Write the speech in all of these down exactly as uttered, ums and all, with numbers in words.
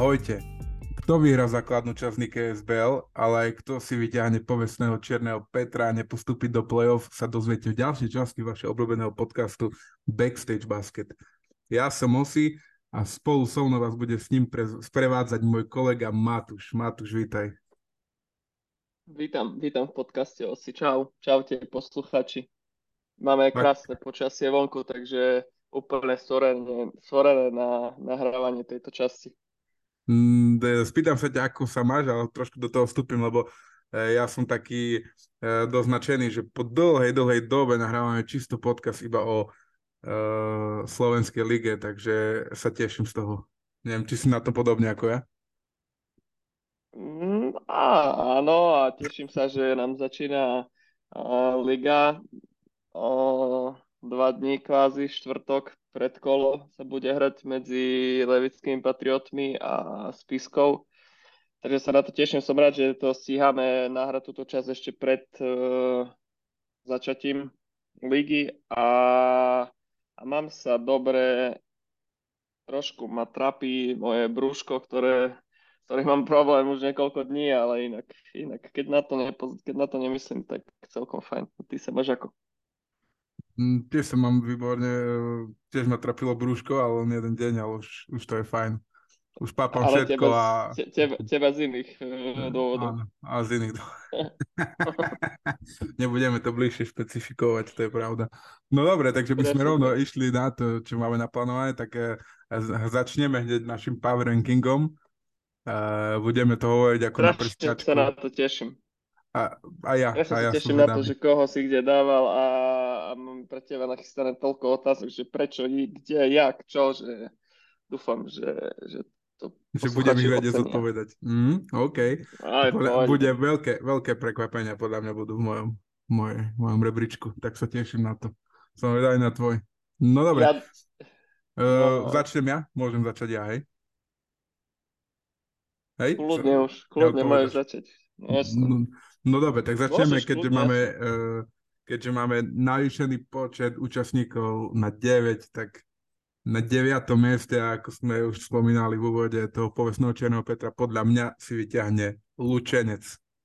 Ahojte. Kto vyhrá základnú časť Nike es bé el, ale aj kto si vyťahne povestného čierneho Petra a nepostúpi do play-off, sa dozviete v ďalšej časti vašeho obľúbeného podcastu Backstage Basket. Ja som Osi a spolu so mnou vás bude s ním pre, sprevádzať môj kolega Matúš. Matúš, vítaj. Vítam, vítam v podcaste Osi. Čau, čaute posluchači. Máme Tak, krásne počasie vonku, takže úplne stvorené, stvorené na nahrávanie tejto časti. mm, de- spýtam sa ťa, ako sa máš, ale trošku do toho vstúpim, lebo e, ja som taký e, dosť nadšený, že po dlhej, dlhej dobe nahrávame čisto podcast iba o e, Slovenskej lige, takže sa teším z toho. Neviem, či si na to podobne ako ja. Mm, á, áno, a teším sa, že nám začína á, liga. O dva dní kvázi, štvrtok, predkolo sa bude hrať medzi Levickými Patriotmi a Spiskou. Takže sa na to teším. Som rád, že to stíhame nahrať túto časť ešte pred uh, začatím ligy a, a mám sa dobre, trošku ma trápi moje brúško, ktoré, ktoré mám problém už niekoľko dní, ale inak, inak keď, na to nepoz, keď na to nemyslím, tak celkom fajn. Ty sa máš ako? Mm, Tiež sa mám výborne, e, tiež ma trapilo brúško, ale len jeden deň, ale už, už to je fajn. Už pápam Ale všetko teba, a z- te, teba, teba z iných e, uh, dôvodov. áno, a z iných dô- Nebudeme to bližšie špecifikovať, to je pravda. No dobre, takže by sme Presne rovno tak. išli na to, čo máme naplánované, tak e, z- začneme hneď našim power rankingom. E, Budeme to hovoriť ako na Strašne sa prstiačku. na to teším. A, a ja, Strašne a sa ja som teším na to, zvedavý. že koho si kde dával a, a mám pre teba nachystané toľko otázok, že prečo, i- kde, jak, čo, že dúfam, že, že to Že budem ich posluchači vedieť ocenia. zodpovedať. Mm, OK. Aj Podľa- Bude pôjde. veľké, veľké prekvapenia, podľa mňa budú v mojom, mojej, mojom rebríčku. Tak sa teším na to. Som vedavý na tvoj. No dobre, Ja, uh, no, začnem ja? Môžem začať ja, hej? Hej? Čo, kľudne už, ja kľudne môžeš odpovedaš. začať. No, jasné. No, no dobre, tak začneme, Môžeš, keďže kľudne, máme, jasné. uh, keďže máme navýšený počet účastníkov na deväť, tak na deviatom mieste, ako sme už spomínali v úvode toho povestného Černého Petra, podľa mňa si vyťahne Lučenec.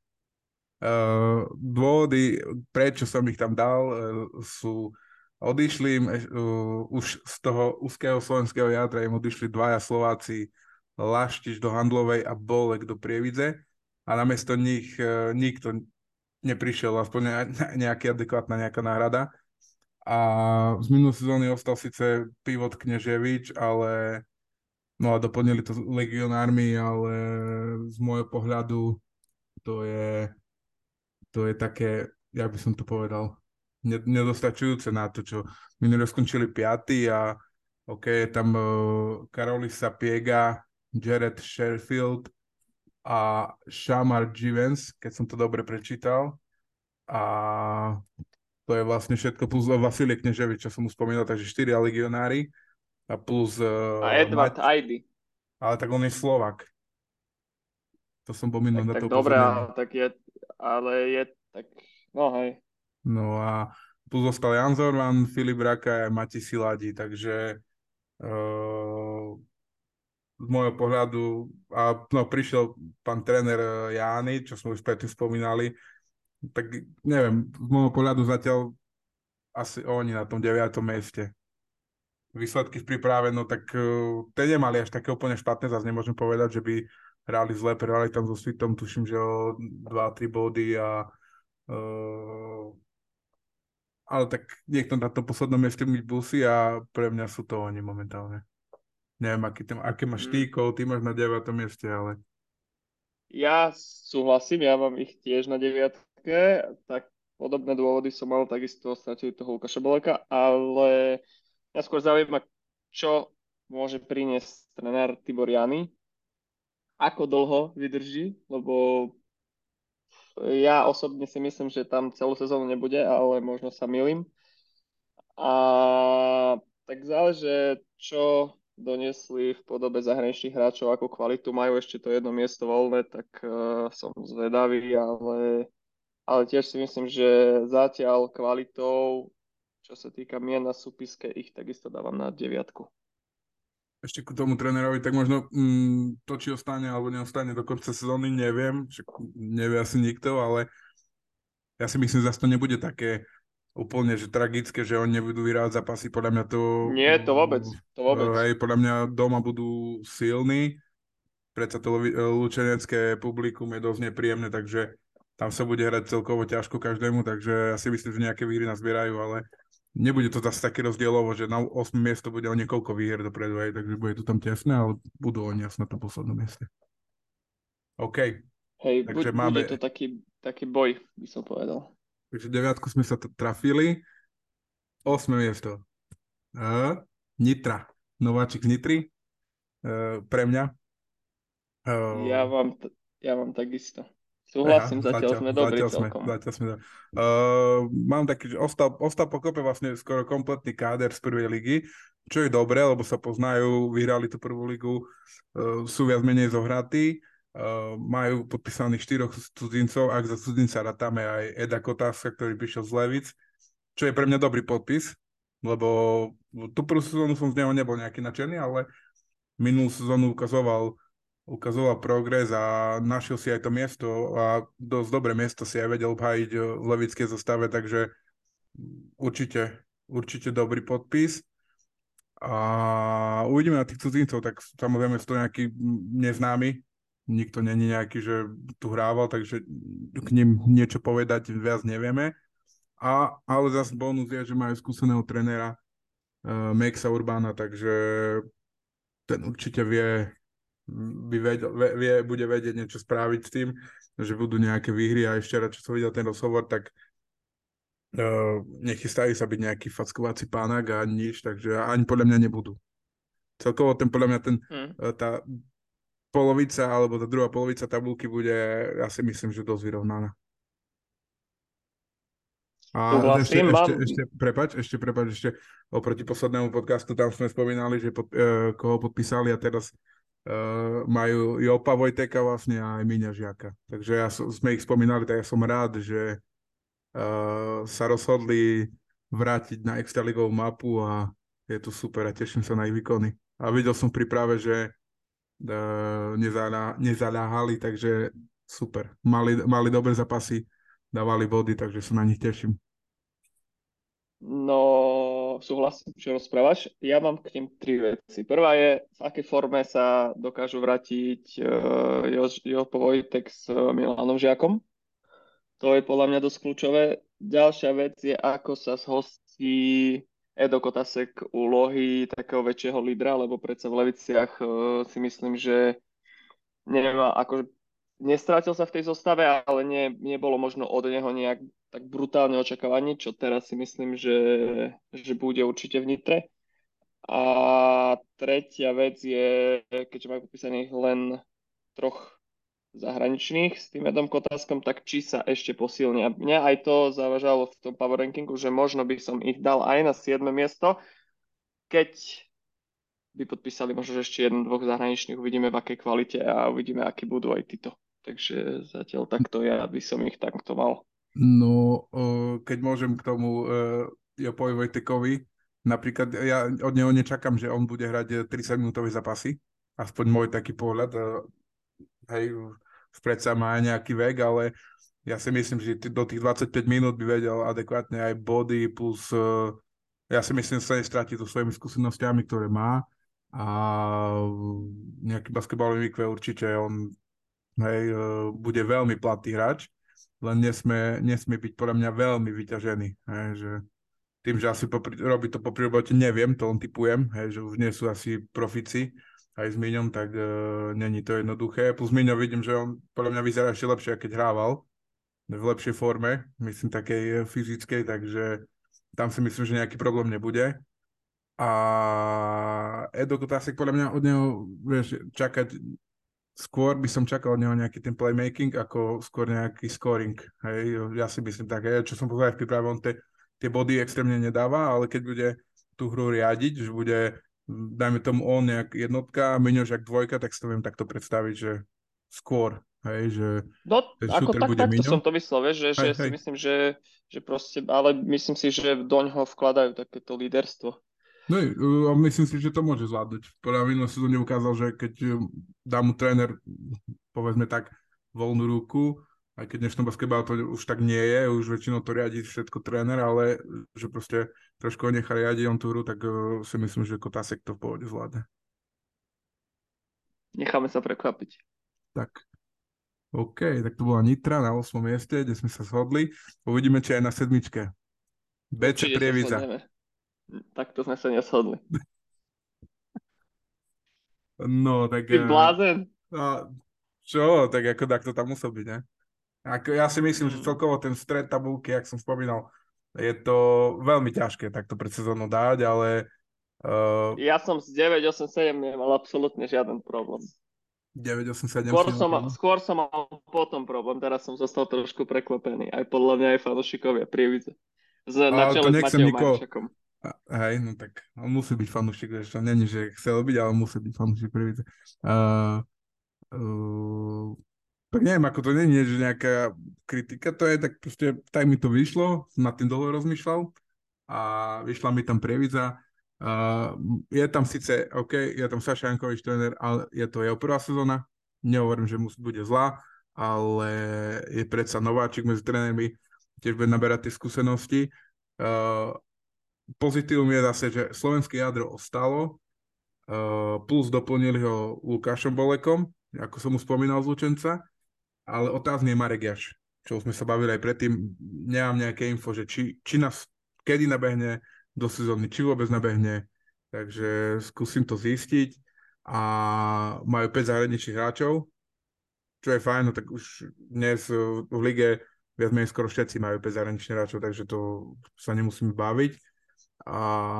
Uh, dôvody, prečo som ich tam dal, uh, sú odišli im, uh, už z toho úzkeho slovenského jadra im odišli dvaja Slováci, Laštič do Handlovej a Bolek do Prievidze a namiesto nich uh, nikto neprišiel, aspoň ne- nejaká adekvátna nejaká náhrada. A z minulej sezóny ostal síce Pivot Kneževič, ale no a doplnili to legionármi, ale z môjho pohľadu to je to je také, jak by som to povedal, ne- nedostačujúce na to, čo minulé skončili piaty a OK, je tam uh, Karolisa Piega, Jared Sherfield a Shamar Givens, keď som to dobre prečítal. A to je vlastne všetko, plus Vasilie Kneževič, čo som mu spomínal, takže štyria legionári a plus A uh, Edward Mať, Aidy. ale tak on je Slovak. To som bol minul Tak, na tak to dobre, upozornení. ale tak je, ale je, tak, no hej. No a tu zostal Jan Zorvan, Filip Raka a Mati Siladi, takže uh, z môjho pohľadu, a no, prišiel pán tréner eh, Jány, čo sme už predtým spomínali, tak neviem, z môjho pohľadu zatiaľ asi oni na tom deviatom mieste. Výsledky v príprave, no tak uh, tie nemali až také úplne špatné, zase nemôžem povedať, že by hrali zle, prehrali tam so Svitom, tuším, že o dva tri body a uh, ale tak niekto na tom poslednom mieste byť musí a pre mňa sú to oni momentálne. Neviem, aký, tým, aké máš Mm. týkov, ty máš na deviatom mieste, ale Ja súhlasím, ja mám ich tiež na deviatke, tak podobné dôvody som mal takisto stratiť toho Lukáša Boleka, ale mňa skôr zaujíma, čo môže priniesť tréner Tibor Jany, ako dlho vydrží, lebo ja osobne si myslím, že tam celú sezónu nebude, ale možno sa milím. A tak záleží, čo doniesli v podobe zahraničných hráčov, ako kvalitu majú ešte to jedno miesto voľné, tak uh, som zvedavý, ale, ale tiež si myslím, že zatiaľ kvalitou, čo sa týka mien na súpiske, ich takisto dávam na deviatku. ešte ku tomu trénerovi, tak možno mm, to, či ostane alebo neostane do konca sezóny, neviem, však nevie asi nikto, ale ja si myslím, že zase to nebude také úplne že tragické, že oni nebudú vyhrávať zápasy. Podľa mňa to, Nie, to vôbec, to vôbec. uh, hej, podľa mňa doma budú silní, predsa to lu- lučenecké publikum je dosť nepríjemné, takže tam sa bude hrať celkovo ťažko každému, takže ja si myslím, že nejaké výhry nazbierajú, ale nebude to zase také rozdielovo, že na ôsme miesto bude o niekoľko výher dopredu, hej, takže bude to tam tesné, ale budú oni asi na tom poslednom mieste. OK, Hej, takže bu- bude máme, to taký, taký boj, by som povedal. takže deviatku sme sa t- trafili, ôsme miesto. Uh, Nitra, nováčik z Nitry, uh, pre mňa. Ja Uh, vám, t- ja vám takisto. Aha, Súhlasím, zatiaľ zatiaľ, sme dobrí zatiaľ sme, celkom. zatiaľ sme. Uh, mám taký, že ostal, ostal pokope vlastne skoro kompletný káder z prvej ligy, čo je dobré, lebo sa poznajú, vyhrali tú prvú ligu, uh, sú viac menej zohratí, uh, majú podpísaných štyroch cudzincov, ak za cudzinca rátame aj Eda Kotáska, ktorý prišiel z Levic, čo je pre mňa dobrý podpis, lebo tú prvú sezónu som z neho nebol nejaký nadšený, ale minulú sezónu ukazoval ukazoval progres a našiel si aj to miesto a dosť dobré miesto si aj vedel obhájiť v levickej zostave, takže určite, určite dobrý podpis. A uvidíme na tých cudzincov, tak samozrejme sú to nejakí neznámi, nikto není nejaký, že tu hrával, takže k ním niečo povedať viac nevieme. A, ale zase bonus je, že majú skúseného trénera uh, Maxa Urbana, takže ten určite vie by vedel, vie, bude vedieť niečo spraviť s tým, že budú nejaké výhry a ešte raz, čo som videl ten rozhovor, tak uh, nechystajú sa byť nejaký fackovací pánok a nič, takže ani podľa mňa nebudú. Celkovo ten, podľa mňa ten, Hm. uh, tá polovica, alebo tá druhá polovica tabulky bude, ja si myslím, že dosť vyrovnaná. A ešte, Súhlasím, ešte, mám... ešte, prepač, ešte, prepač, ešte oproti poslednému podcastu, tam sme spomínali, že pod, uh, koho podpísali a teraz uh, majú Jopa Vojteka vlastne a aj Míňa Žiaka. Takže ja som, sme ich spomínali, tak ja som rád, že uh, sa rozhodli vrátiť na extraligovú mapu a je to super a teším sa na ich výkony. A videl som v príprave, že uh, nezalá, nezaláhali, takže super. Mali, mali dobré zápasy, dávali body, takže sa na nich teším. No, súhlasím, čo rozprávaš. Ja mám k tým tri veci. Prvá je, v akej forme sa dokážu vrátiť uh, Jo- Jopo Vojtek s uh, Milanom Žiakom. To je podľa mňa dosť kľúčové. Ďalšia vec je, ako sa zhostí Edo Kotasek úlohy takého väčšieho lídra, lebo predsa v Leviciach uh, si myslím, že nemá, ako nestrátil sa v tej zostave, ale nie, nebolo možno od neho nejak tak brutálne očakávanie, čo teraz si myslím, že, že bude určite v Nitre. A tretia vec je, keďže majú podpísaných len troch zahraničných s tým Edom Kotáskom, tak či sa ešte posilnia. Mňa aj to zavažalo v tom power rankingu, že možno by som ich dal aj na siedme miesto, keď by podpísali možno že ešte jeden, dvoch zahraničných, uvidíme v akej kvalite a uvidíme, akí budú aj títo. Takže zatiaľ takto ja by som ich takto mal. No, uh, keď môžem k tomu uh, Jopovi Vojtekovi, napríklad ja od neho nečakám, že on bude hrať tridsaťminútové zápasy, aspoň môj taký pohľad, uh, hej, predsa má nejaký vek, ale ja si myslím, že t- do tých dvadsaťpäť minút by vedel adekvátne aj body, plus uh, ja si myslím, že sa nestratí so svojimi skúsenostiami, ktoré má a nejaký basketbalový výkve určite on hej, uh, bude veľmi platný hráč, len nesmie, nesmie byť podľa mňa veľmi vyťažený. Hej, že tým, že asi popri, robí to po robote, neviem, to len typujem, hej, že už nie sú asi profici aj s Míňom, tak uh, není to jednoduché. Plus Míňo vidím, že on podľa mňa vyzerá ešte lepšie, keď hrával v lepšej forme, myslím takej fyzickej, takže tam si myslím, že nejaký problém nebude. A Edo Kotásek podľa mňa od neho, vieš, čakať skôr by som čakal od neho nejaký ten playmaking, ako skôr nejaký scoring. Hej, ja si myslím tak, hej, čo som povedal v príprave, on te, tie body extrémne nedáva, ale keď bude tú hru riadiť, že bude, dajme tomu on nejak jednotka a Miňoš jak dvojka, tak si to viem takto predstaviť, že skôr, hej, že No, ten ako shooter tak, bude takto som Miňo. to myslel, vieš, že, že Hej, si hej. myslím, že, že proste, ale myslím si, že doň ho vkladajú takéto líderstvo. No uh, myslím si, že to môže zvládnuť. Podľa minulé sezóne ukázal, že keď um, dá mu tréner, povedzme tak, voľnú ruku, aj keď dnešnom basketbale to už tak nie je, už väčšinou to riadi všetko tréner, ale že proste trošku ho nechá riadiť on tú hru, tak uh, si myslím, že Kotásek to v pohode zvládne. Necháme sa prekvapiť. Tak, OK, tak to bola Nitra na ôsmom mieste, kde sme sa shodli. Uvidíme, či aj na sedmičke. bé cé Určite sa Prievidza. shodneme. Takto sme sa neshodli. No, tak... Ty Uh, blázen? uh, čo? Tak ako tak to tam musel byť, ne? Ako, ja si myslím, že Hmm. celkovo ten stred tabulky, jak som spomínal, je to veľmi ťažké takto pred sezónou dať, ale uh, Ja som z deväť osem sedem nemal absolútne žiaden problém. deväť osem sedem Skôr si som, nemal. skôr som mal potom problém, teraz som zostal trošku prekvapený. Aj podľa mňa aj fanúšikovia Prievidze. Z, na Ale to čele s nechcem Matejom nikoho. Marčakom. A, hej, no tak on musí byť fanúšik, vieš, to není, že chcel byť, ale musí byť fanúšik Prievidze. Uh, uh, tak neviem, ako to nie je, že nejaká kritika to je, tak proste tak mi to vyšlo, som nad tým dlho rozmýšľal a vyšla mi tam Prievidza. Uh, je tam síce, OK, je tam Saša Jankovič tréner, ale je to jeho prvá sezóna, nehovorím, že mu bude zlá, ale je predsa nováčik medzi trénermi, tiež bude naberať tie skúsenosti. Uh, pozitívum je zase, že slovenské jadro ostalo, uh, plus doplnili ho Lukášom Bolekom, ako som mu spomínal z Lučenca, ale otázny je Marek Jaš, čo sme sa bavili aj predtým. Nemám nejaké info, že či, či nás kedy nabehne do sezóny, či vôbec nabehne. Takže skúsim to zistiť. A majú päť zahraničných hráčov, čo je fajn, no tak už dnes v lige viac menej skoro všetci majú päť zahraničných hráčov, takže to sa nemusíme baviť. A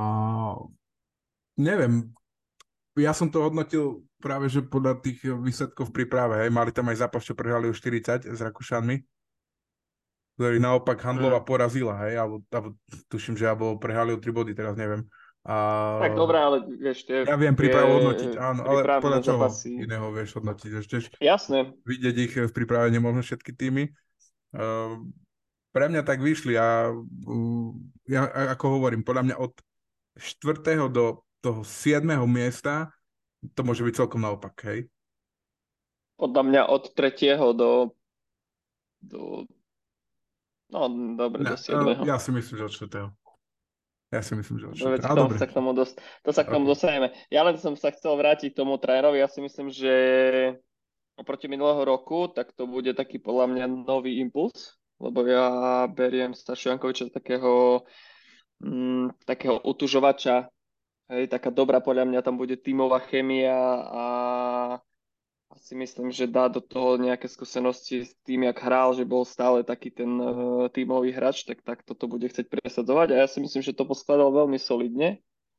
neviem, ja som to hodnotil práve, že podľa tých výsledkov v príprave, hej, mali tam aj zápas, čo prehrali už štyridsať s Rakúšanmi, ktorý naopak Handlova Hmm. porazila, hej, alebo, alebo tuším, že alebo prehrali o tri body, teraz neviem. A Tak dobré, ale vieš, tie, ja viem tie prípravu hodnotiť, áno, ale podľa prípravné čoho zápasy. iného vieš hodnotiť, ešte Jasné. vidieť ich v príprave nemôžno všetky týmy. Uh, pre mňa tak vyšli a uh, ja ako hovorím, podľa mňa od štvrtého do toho siedmeho miesta to môže byť celkom naopak, hej. Podľa mňa od tretieho do, do no dobre, Ne, do uh, siedmeho. ja si myslím, že od štvrtého. Ja si myslím, že od Dobre, štvrtého. k Ale tomu dobre, sa k tomu, dost, to sa k tomu OK. dostaneme. Ja len som sa chcel vrátiť k tomu trénerovi. Ja si myslím, že oproti minulého roku, tak to bude taký podľa mňa nový impuls, lebo ja beriem Stašu Jankoviča z takého, mm, takého utužovača. Hej, taká dobrá podľa mňa tam bude tímová chémia a a si myslím, že dá do toho nejaké skúsenosti s tým, jak hral, že bol stále taký ten uh, tímový hráč, tak, tak toto bude chcieť presadzovať. A ja si myslím, že to poskladal veľmi solidne.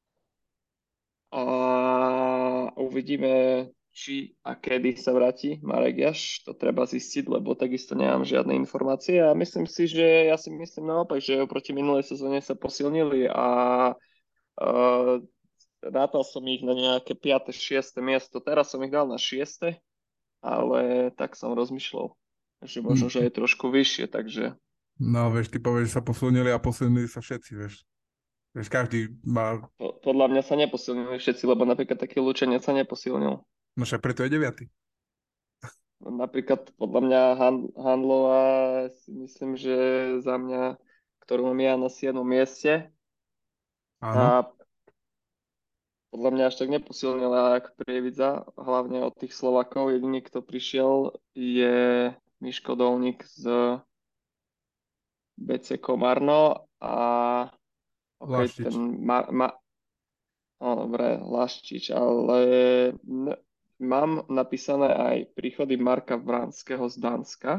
A uvidíme, či a kedy sa vráti Marek Jaš. To treba zistiť, lebo takisto nemám žiadne informácie. A myslím si, že ja si myslím naopak, že oproti minulej sezóne sa posilnili a uh, rátal som ich na nejaké piate šieste miesto. Teraz som ich dal na šieste, ale tak som rozmýšľal, že možno, že Hm. aj trošku vyššie, takže No, vieš, ty povieš, že sa posunili a posunili sa všetci, vieš. Vieš, každý má, po, podľa mňa sa neposilnili všetci, lebo napríklad taký Lučenec sa neposilnil. no však preto je deviaty. Napríklad podľa mňa Han, Handlová si myslím, že za mňa, ktorú mám ja na siedmom mieste, Áno, a podľa mňa až tak neposilnila ako Prievidza, hlavne od tých Slovakov. Jediný, kto prišiel, je Miško Dolník z bé cé Komárno a OK, ten Laštič. ma, ma, no dobre, Laščič, ale n- mám napísané aj príchody Marka Vránskeho z Dánska,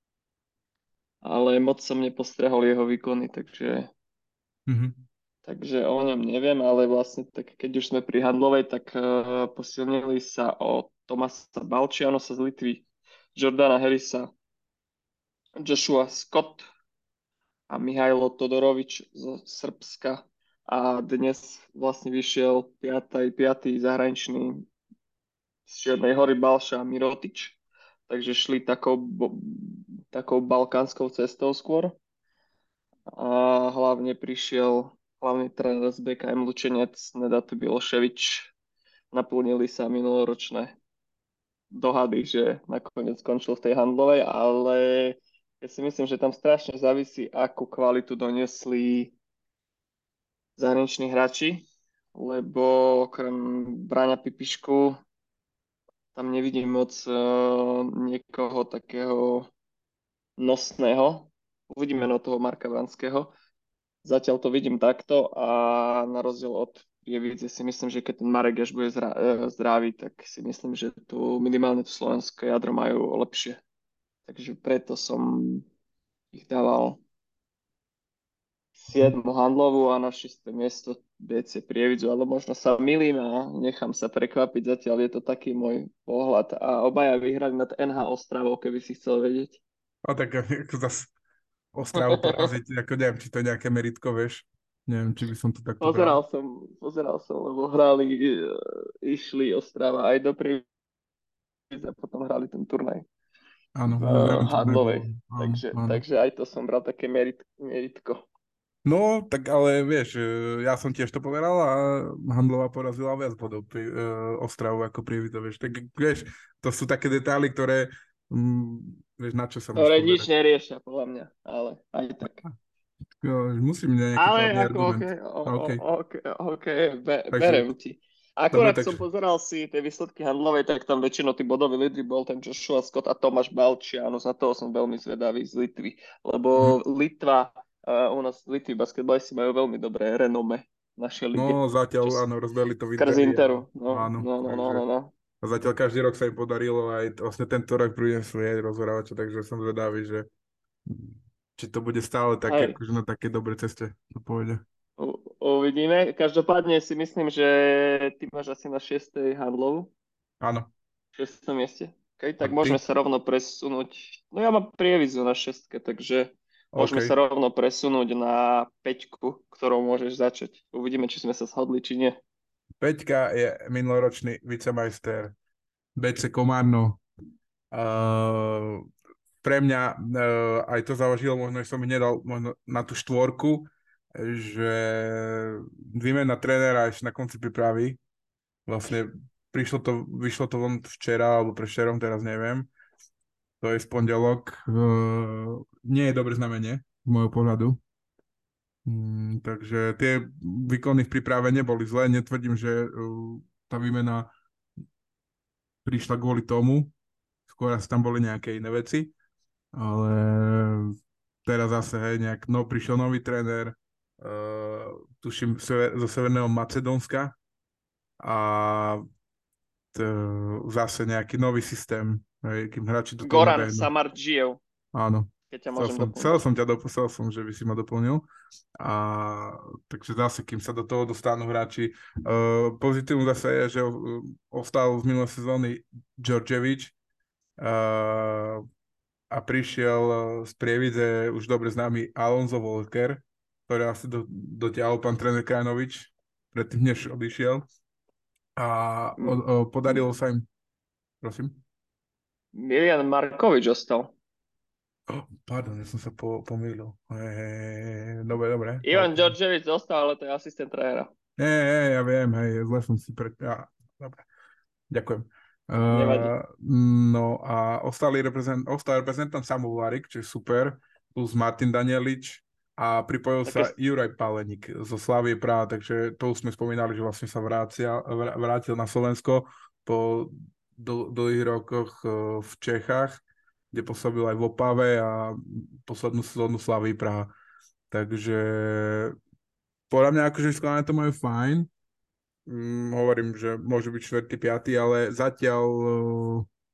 ale moc som nepostrehol jeho výkony, takže, Mhm. takže o ňom neviem, ale vlastne tak keď už sme pri Handlovej, tak uh, posilnili sa o Tomasa Balčianosa z Litvy, Jordana Harrisa, Joshua Scott a Mihajlo Todorovič zo Srbska. A dnes vlastne vyšiel piatý, piatý zahraničný z Čiernej hory Balša Mirotič. Takže šli takou, bo- takou balkánskou cestou skôr. A hlavne prišiel hlavný tréner z bé ká em Lučenec, Nedat Biloševič, naplnili sa minuloročné dohady, že nakoniec skončil v tej handlovej, ale ja si myslím, že tam strašne závisí, akú kvalitu doniesli zahraniční hráči, lebo okrem Braňa Pipišku tam nevidím moc uh, niekoho takého nosného. Uvidíme no toho Marka Vranského. Zatiaľ to vidím takto a na rozdiel od Prievidze si myslím, že keď ten Marek až bude zra- eh, zdravý, tak si myslím, že tu minimálne to slovenské jadro majú lepšie. Takže preto som ich dával siedmu handlovú a na šieste miesto bé cé Prievidzu, ale možno sa milím a nechám sa prekvapiť. Zatiaľ je to taký môj pohľad a obaja vyhrali nad en há Ostravou, keby si chcel vedieť. A tak ako zas Ostravu poraziť, ako neviem, či to je nejaké meritko, vieš. Neviem, či by som to takto bral. Pozeral som, pozeral som, lebo hrali, e, išli Ostrava aj do Prievidze a potom hrali ten turnaj Áno, v veľmi turnaj bolo. handlovej. Áno, Takže, áno. takže aj to som bral také merit, meritko. No, tak ale vieš, e, ja som tiež to povedal a Handlová porazila viac bodov pri uh, Ostravu ako Prievidza, vieš. Tak vieš, to sú také detaily, ktoré mm, vieš, na čo sa máš Ktoré nič pozerať. neriešia, podľa mňa, ale aj tak. Jo, musím mať nejaký Ale kladný ako, OK, argument. o, A o, OK, OK, OK, be, takže, berem ti. dobre, Akurát som takže, pozeral si tie výsledky handlovej, tak tam väčšinou tí bodoví lídri bol ten Joshua Scott a Tomáš Balčianus. Na toho som veľmi zvedavý z Litvy. Lebo mhm. Litva, uh, u nás Litvy basketbalisti majú veľmi dobré renome v našej lige. No Čo zatiaľ s- áno, rozbehli to v skrz Interi a Interu. No, áno, no, no, no, no, takže no. a zatiaľ každý rok sa im podarilo aj vlastne tento rok priniesli aj rozhorávača, takže som zvedavý, že či to bude stále také, Hej, akože na takej dobrej ceste to pôjde. u- uvidíme. Každopádne si myslím, že ty máš asi na šiestej handlovu. Áno, Šiestom mieste. Okay, a tak môžeme ty? sa rovno presunúť. No ja mám prievizu na šestke, takže OK. môžeme sa rovno presunúť na peťku, ktorou môžeš začať. Uvidíme, či sme sa shodli, či nie. Peťka je minuloročný vicemajster bé cé Komárno. Uh, pre mňa uh, aj to zavažilo, možno že som mi nedal možno na tú štvorku, že výmena trénera ešte na konci prípravy. Vlastne prišlo to, vyšlo to von včera alebo prešerom, teraz neviem. To je z pondelok. Uh, nie je dobré znamenie z môjho pohľadu. Mm, takže tie výkony v príprave neboli zlé. Netvrdím, že uh, tá výmena prišla kvôli tomu. Skôr asi tam boli nejaké iné veci. Ale teraz zase, hej, nejak, no, prišiel nový tréner, uh, tuším, sever, zo Severného Macedónska a t, zase nejaký nový systém, hej, kým hráči do toho Goran nabehnú. Samardžiev, Áno, keď ťa chcel môžem som, chcel doplniť. som ťa doplnil, som, že by si ma doplnil. A takže zase, kým sa do toho dostanú hráči. Uh, pozitívum zase je, že uh, ostal z minulé sezóny Djordjevic, uh, a prišiel uh, z Prievidze už dobre známy Alonso Volker, ktorý asi do, dotiahol pán tréner Krajinovič predtým, než odišiel. A o, M- o, podarilo sa im, prosím. Milian Markovič ostal. Oh, pardon, ja som sa po, pomýlil. Eee, dobre, dobre. Ivan OK. Đorđević ostal, ale to je asistent trénera. Nie, nie, ja viem, hej, zle som si pre... Ja, dobre, ďakujem. Nevadí. Uh, no a ostali reprezent, ostal reprezentant Samo Vlarik, čo je super, plus Martin Danielič a pripojil sa Také, Juraj Palenik zo Slavie Praha, takže to už sme spomínali, že vlastne sa vrácia, vrá- vrátil na Slovensko po dl- dlhých rokoch uh, v Čechách, kde pôsobil aj v Opave a poslednú sezónu Slavie Praha. Takže podľa mňa akože skladané to majú fajn. Mm, hovorím, že môže byť štvrtý, piatý, ale zatiaľ uh,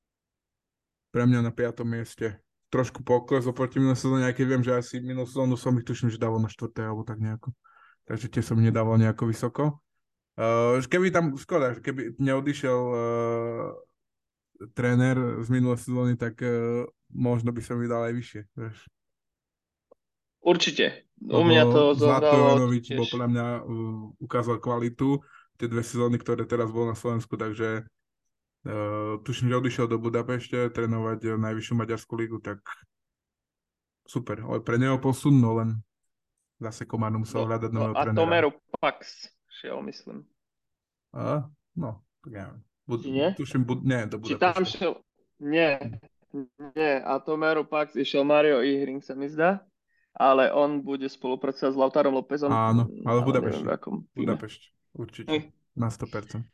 pre mňa na piatom mieste. Trošku pokles oproti minulé sezóne, aj keď viem, že asi minulú sezónu som ich tuším, že dával na štvrté alebo tak nejako. Takže tie som nedával nejako vysoko. Uh, keby tam, škoda, že keby neodišiel uh, tréner z minulé sezóny, tak uh, možno by som vydal aj vyššie. Vieš. určite. U Lebo mňa to Zlatko zohralo Jovanovič bol tiež. podľa mňa uh, ukázal kvalitu tie dve sezóny, ktoré teraz bol na Slovensku, takže uh, tuším, že odišiel do Budapešte trénovať uh, najvyššiu maďarskú ligu, tak super. Ale pre neho posun, no len Zase Komárno musel Do, hľadať do nového trénera. Atomeru Pax šiel, myslím. A, no, tak neviem. Bud- Či nie? tuším, bud- nie, do Či tam Budapešti. šiel... Nie, nie. Atomeru Pax išiel Mario Ihring, sa mi zdá. Ale on bude spolupracovať s Lautarom Lópezom, Áno, ale v ale neviem Budapešti. v akom týme. Budapešť, určite. Hm. Na sto percent.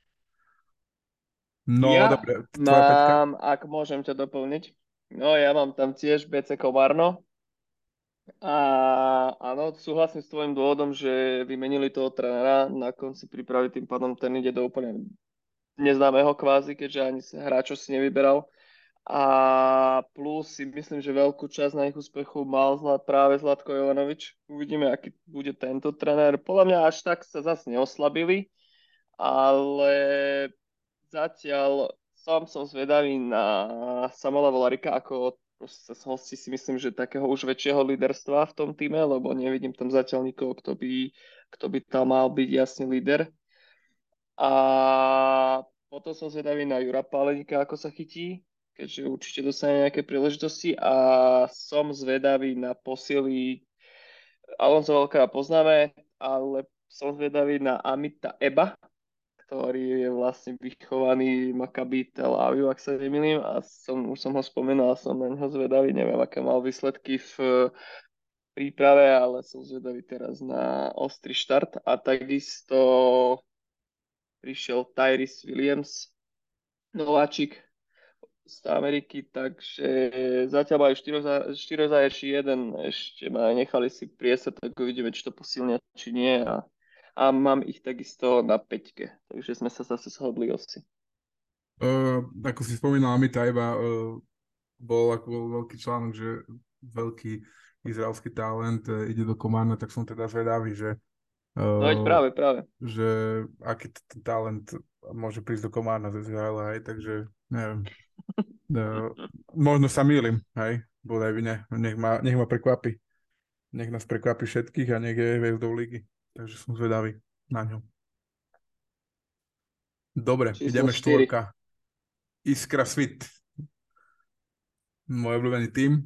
No, Ja dobre, tvoja peťka? mám, ak môžem ťa doplniť, no ja mám tam tiež bé cé Komárno. A áno, súhlasím s tvojim dôvodom, že vymenili toho trénera na konci prípravy, tým pádom ten ide do úplne neznámeho kvázi, keďže ani hráčov si nevyberal. A plus si myslím, že veľkú časť na ich úspechu mal zla, práve Zlatko Jovanovič. Uvidíme, aký bude tento tréner. Podľa mňa až tak sa zase neoslabili, ale zatiaľ sám som zvedavý na Samola Volarika ako proste z hostí si myslím, že takého už väčšieho líderstva v tom týme, lebo nevidím tam zatiaľ nikoho, kto by, kto by tam mal byť jasný líder. A potom som zvedavý na Jura Páleníka, ako sa chytí, keďže určite dostane nejaké príležitosti a som zvedavý na posily. Alonso Veľká poznáme, ale som zvedavý na Amita Eba, ktorý je vlastne vychovaný Maccabi Tel Aviv, ak sa nemýlim, a som, už som ho spomenul, som na neho zvedavý, neviem, aké mal výsledky v príprave, ale som zvedavý teraz na ostrý štart a takisto prišiel Tyrese Williams, nováčik z Ameriky, takže zatiaľ majú štyro zajačí, jeden ešte ma nechali si priesať, tak uvidíme, či to posilnia, či nie. A, a mám ich takisto na peťke, takže sme sa zase shodli asi. Uh, ako si spomínal, Amita iba uh, bol ako bol veľký článok, že veľký izraelský talent uh, ide do Komárna, tak som teda zvedavý, že, No veď uh, práve, práve. že aký t- ten talent môže prísť do Komárna z Izraela, hej, takže neviem. Uh, možno sa mýlim, hej, bodaj by ne, nech ma, nech ma prekvapí. Nech nás prekvapí všetkých a nech je hviezdou ligy. Takže som zvedavý na ňom. Dobre, Číslo ideme štyri. štvorka. Iskra Svit. Môj obľúbený tím.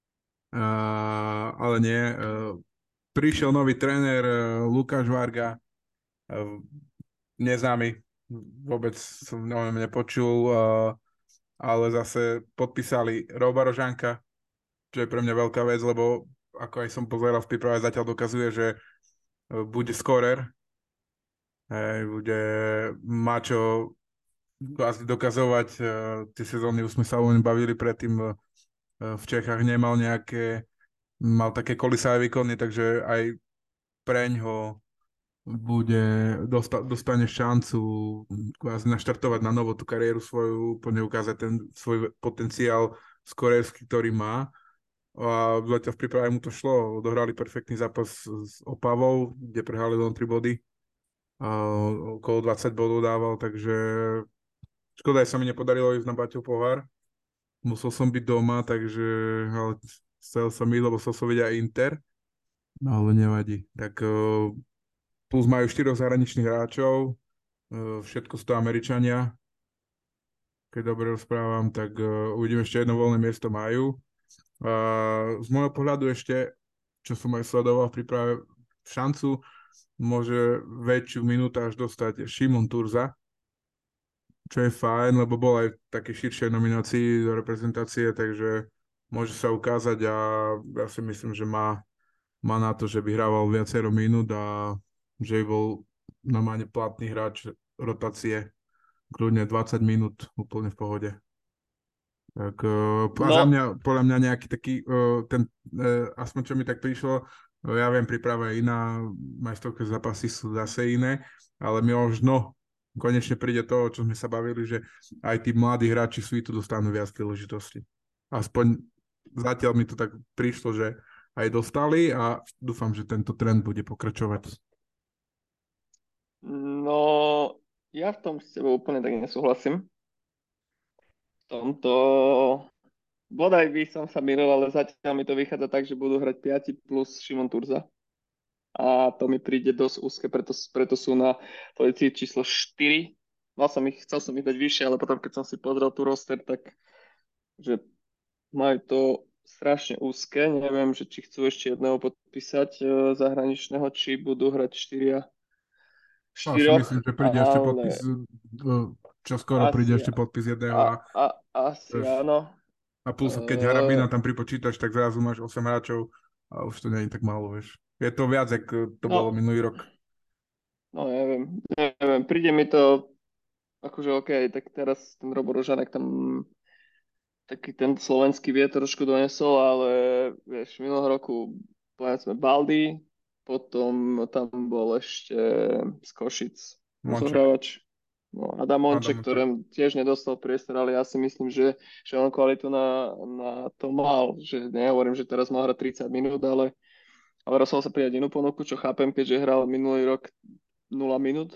Uh, ale nie. Uh, prišiel nový tréner uh, Lukáš Varga. Uh, neznámy. Vôbec som o ňom nepočul. Uh, ale zase podpísali Roba Rožanka, čo je pre mňa veľká vec, lebo ako aj som pozeral v príprave, zatiaľ dokazuje, že uh, bude skorer. Hej, bude má čo asi dokazovať. Uh, tie sezóny už sme sa o ňom bavili predtým. Uh, v Čechách nemal nejaké, mal také kolisavé výkony, takže aj preň ho bude, dosta, dostane šancu kvázi naštartovať na novo tú kariéru svoju, úplne ukázať ten svoj potenciál skorerský, ktorý má. A zatiaľ v príprave mu to šlo. Odohrali perfektný zápas s Opavou, kde prehrali len tri body. A okolo dvadsať bodov dával, takže škoda, že sa mi nepodarilo ísť na Baťov pohár. Musel som byť doma, takže ale chcel som ísť, lebo chcel som vidieť aj Inter. No ale nevadí. Tak uh, plus majú štyroch zahraničných hráčov, uh, všetko sú to Američania. Keď dobre rozprávam, tak uh, uvidím, ešte jedno voľné miesto majú. Uh, z môjho pohľadu ešte, čo som aj sledoval v príprave, šancu môže väčšiu minútáž dostať Šimon Turza, čo je fajn, lebo bol aj v takej širšej nominácii do reprezentácie, takže môže sa ukázať a ja si myslím, že má, má na to, že by hrával viacero minút a že by bol normálne platný hráč rotácie, kľudne dvadsať minút, úplne v pohode. Tak, a za No, mňa, podľa mňa nejaký taký, ten, aspoň čo mi tak prišlo, ja viem, príprava je iná, majstrovské zápasy sú zase iné, ale mi možno konečne príde to, čo sme sa bavili, že aj tí mladí hráči Svitu dostanú viac príležitosti. Aspoň zatiaľ mi to tak prišlo, že aj dostali a dúfam, že tento trend bude pokračovať. no, ja v tom s tebou úplne tak nesúhlasím. V tomto bodaj by som sa milil, ale zatiaľ mi to vychádza tak, že budú hrať päť plus Šimon Turza. A to mi príde dosť úzke, preto, preto sú na pozícii číslo štyri. Mal som ich, chcel som ich dať vyššie, ale potom, keď som si pozrel tú roster, tak že majú to strašne úzke. Neviem, že či chcú ešte jedného podpísať e, zahraničného, či budú hrať štyria Ja si štyroch, myslím, že príde ešte podpis, ale e, čo skoro príde asi, ešte podpis jedného a, a, a, asi áno. a plus keď Uh, Harabina tam pripočítaš, tak zrazu máš osem hráčov a už to nie je tak málo, vieš. Je to viac, ako to bolo no, minulý rok. no neviem, neviem, príde mi to akože OK, tak teraz ten Robo Rožanek tam taký ten slovenský vie trošku donesol, ale vieš, minulého roku povedzme Baldy, potom tam bol ešte z Košic Monček. rozohrávač, no Adam Adam Monček, Monček. ktorý tiež nedostal priestor, ale ja si myslím, že, že on kvalitu na, na to mal, že nehovorím, že teraz mal hrať tridsať minút, ale, ale rozhodol sa prijať inú ponuku, čo chápem, keďže hral minulý rok nula minút,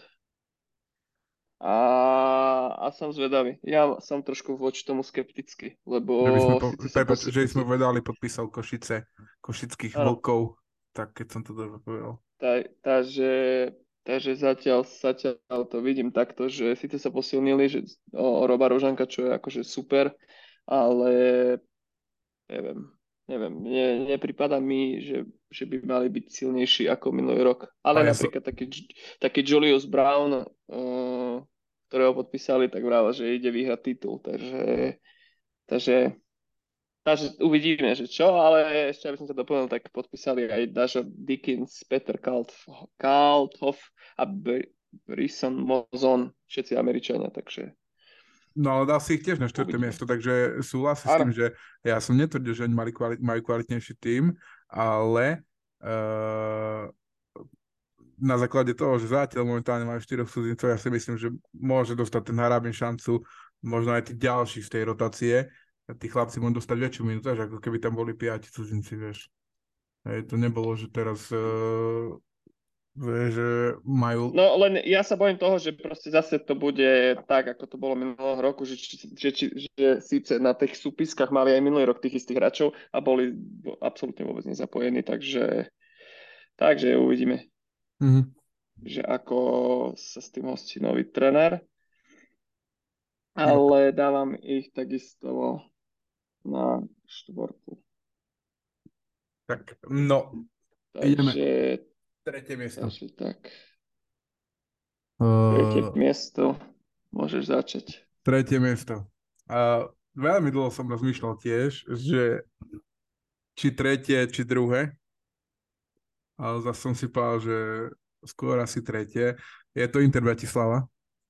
a, a som zvedavý. Ja som trošku voči tomu skeptický, lebo Že by sme, po, síce sa prepáč, posi- že by sme si, povedali, podpísal Košice, košických áno, vlkov, tak keď som to dobre povedal. tá, takže, takže zatiaľ, zatiaľ to vidím takto, že síce sa posilnili že, o, o Roba Rožanka, čo je akože super, ale neviem, neviem, ne, nepripada mi, že, že by mali byť silnejší ako minulý rok. Ale A ja som, napríklad taký, Ju- taký Julius Brown, uh, ktorého podpísali, tak vravel, že ide vyhrať titul, takže Takže, takže uvidíme, že čo, ale ešte, aby som sa doplnil, tak podpísali aj Dažo Dickens, Peter Kalt, Kalthoff a Br- Bryson Mozon, všetci Američania, takže no ale dal si ich tiež na štvrté uvidíme. miesto, takže súhlasím s tým, Áno, že ja som netvrdil, že oni mali kvalit, majú kvalitnejší tým, ale uh, na základe toho, že zatiaľ momentálne majú štyroch cudzincov, ja si myslím, že môže dostať ten Harabin šancu, možno aj tí ďalší z tej rotácie. A tí chlapci môžu dostať väčšiu minútaž, ako keby tam boli piati cudzinci, vieš. Hej, to nebolo, že teraz uh, vieš, že majú... no len ja sa bojím toho, že proste zase to bude tak, ako to bolo minulého roku, že, či, že, či, že síce na tých súpiskách mali aj minulý rok tých istých hráčov a boli absolútne vôbec nezapojení, takže, takže uvidíme, Mhm. že ako sa s tým hostí nový tréner. No, Ale dávam ich takisto na štvorku. tak, no, ideme. Takže, Tretie miesto. takže tak. Tretie Uh, miesto. Môžeš začať. tretie miesto. A veľmi dlho som rozmýšľal tiež, že či tretie, či druhé, ale zase som si povedal, že skôr asi tretie. Je to Inter Bratislava.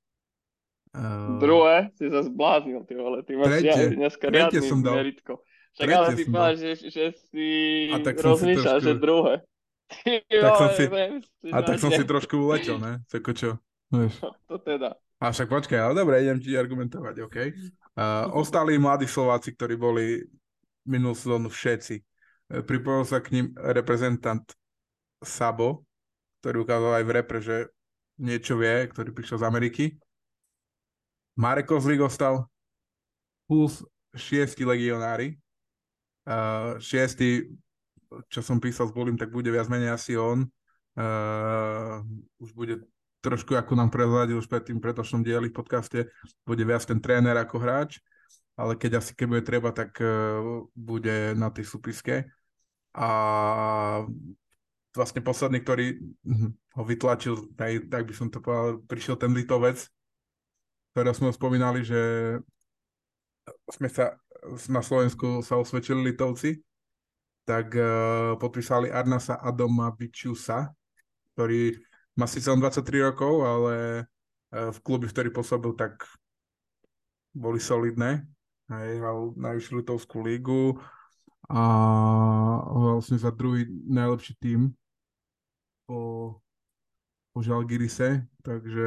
Uh, Druhé si sa zbláznil, ty vole. Ty máš ria- tretie, dneska tretie riadny som dal. meritko. Však ale Tretie ty som dal. povedal, že, že si A tak som si rozmýšľal, že trošku, druhé. Ty tak som vole, si, nemyslíš a tak som vážne. si trošku uletel, ne? Tako čo? Vieš. No, to teda. A však počkaj, ale dobre, idem ti argumentovať, OK? Uh, ostali mladí Slováci, ktorí boli minulú sezónu všetci. Uh, Pripojil sa k ním reprezentant Sabo, ktorý ukázal aj v repre, že niečo vie, ktorý prišiel z Ameriky. Marek Kozlík ostal, plus šiesti legionári. Uh, šiesti, čo som písal s Bulím, tak bude viac menej asi on. Uh, už bude trošku, ako nám prezradil už pred tým predošlom dieli v podcaste, bude viac ten tréner ako hráč, ale keď asi keď bude treba, tak uh, bude na tej súpiske. A vlastne posledný, ktorý hm, ho vytlačil, tak, tak by som to povedal, prišiel ten Litovec, ktorého sme spomínali, že sme sa na Slovensku sa osvedčili Litovci, tak uh, podpísali Arnasa Adoma Bičiusa, ktorý má síce len dvadsaťtri rokov, ale uh, v klubi, v ktorý pôsobil, tak boli solidné. Hej, hral najvyššiu litovskú lígu a vlastne za druhý najlepší tím po, po Žalgirise, takže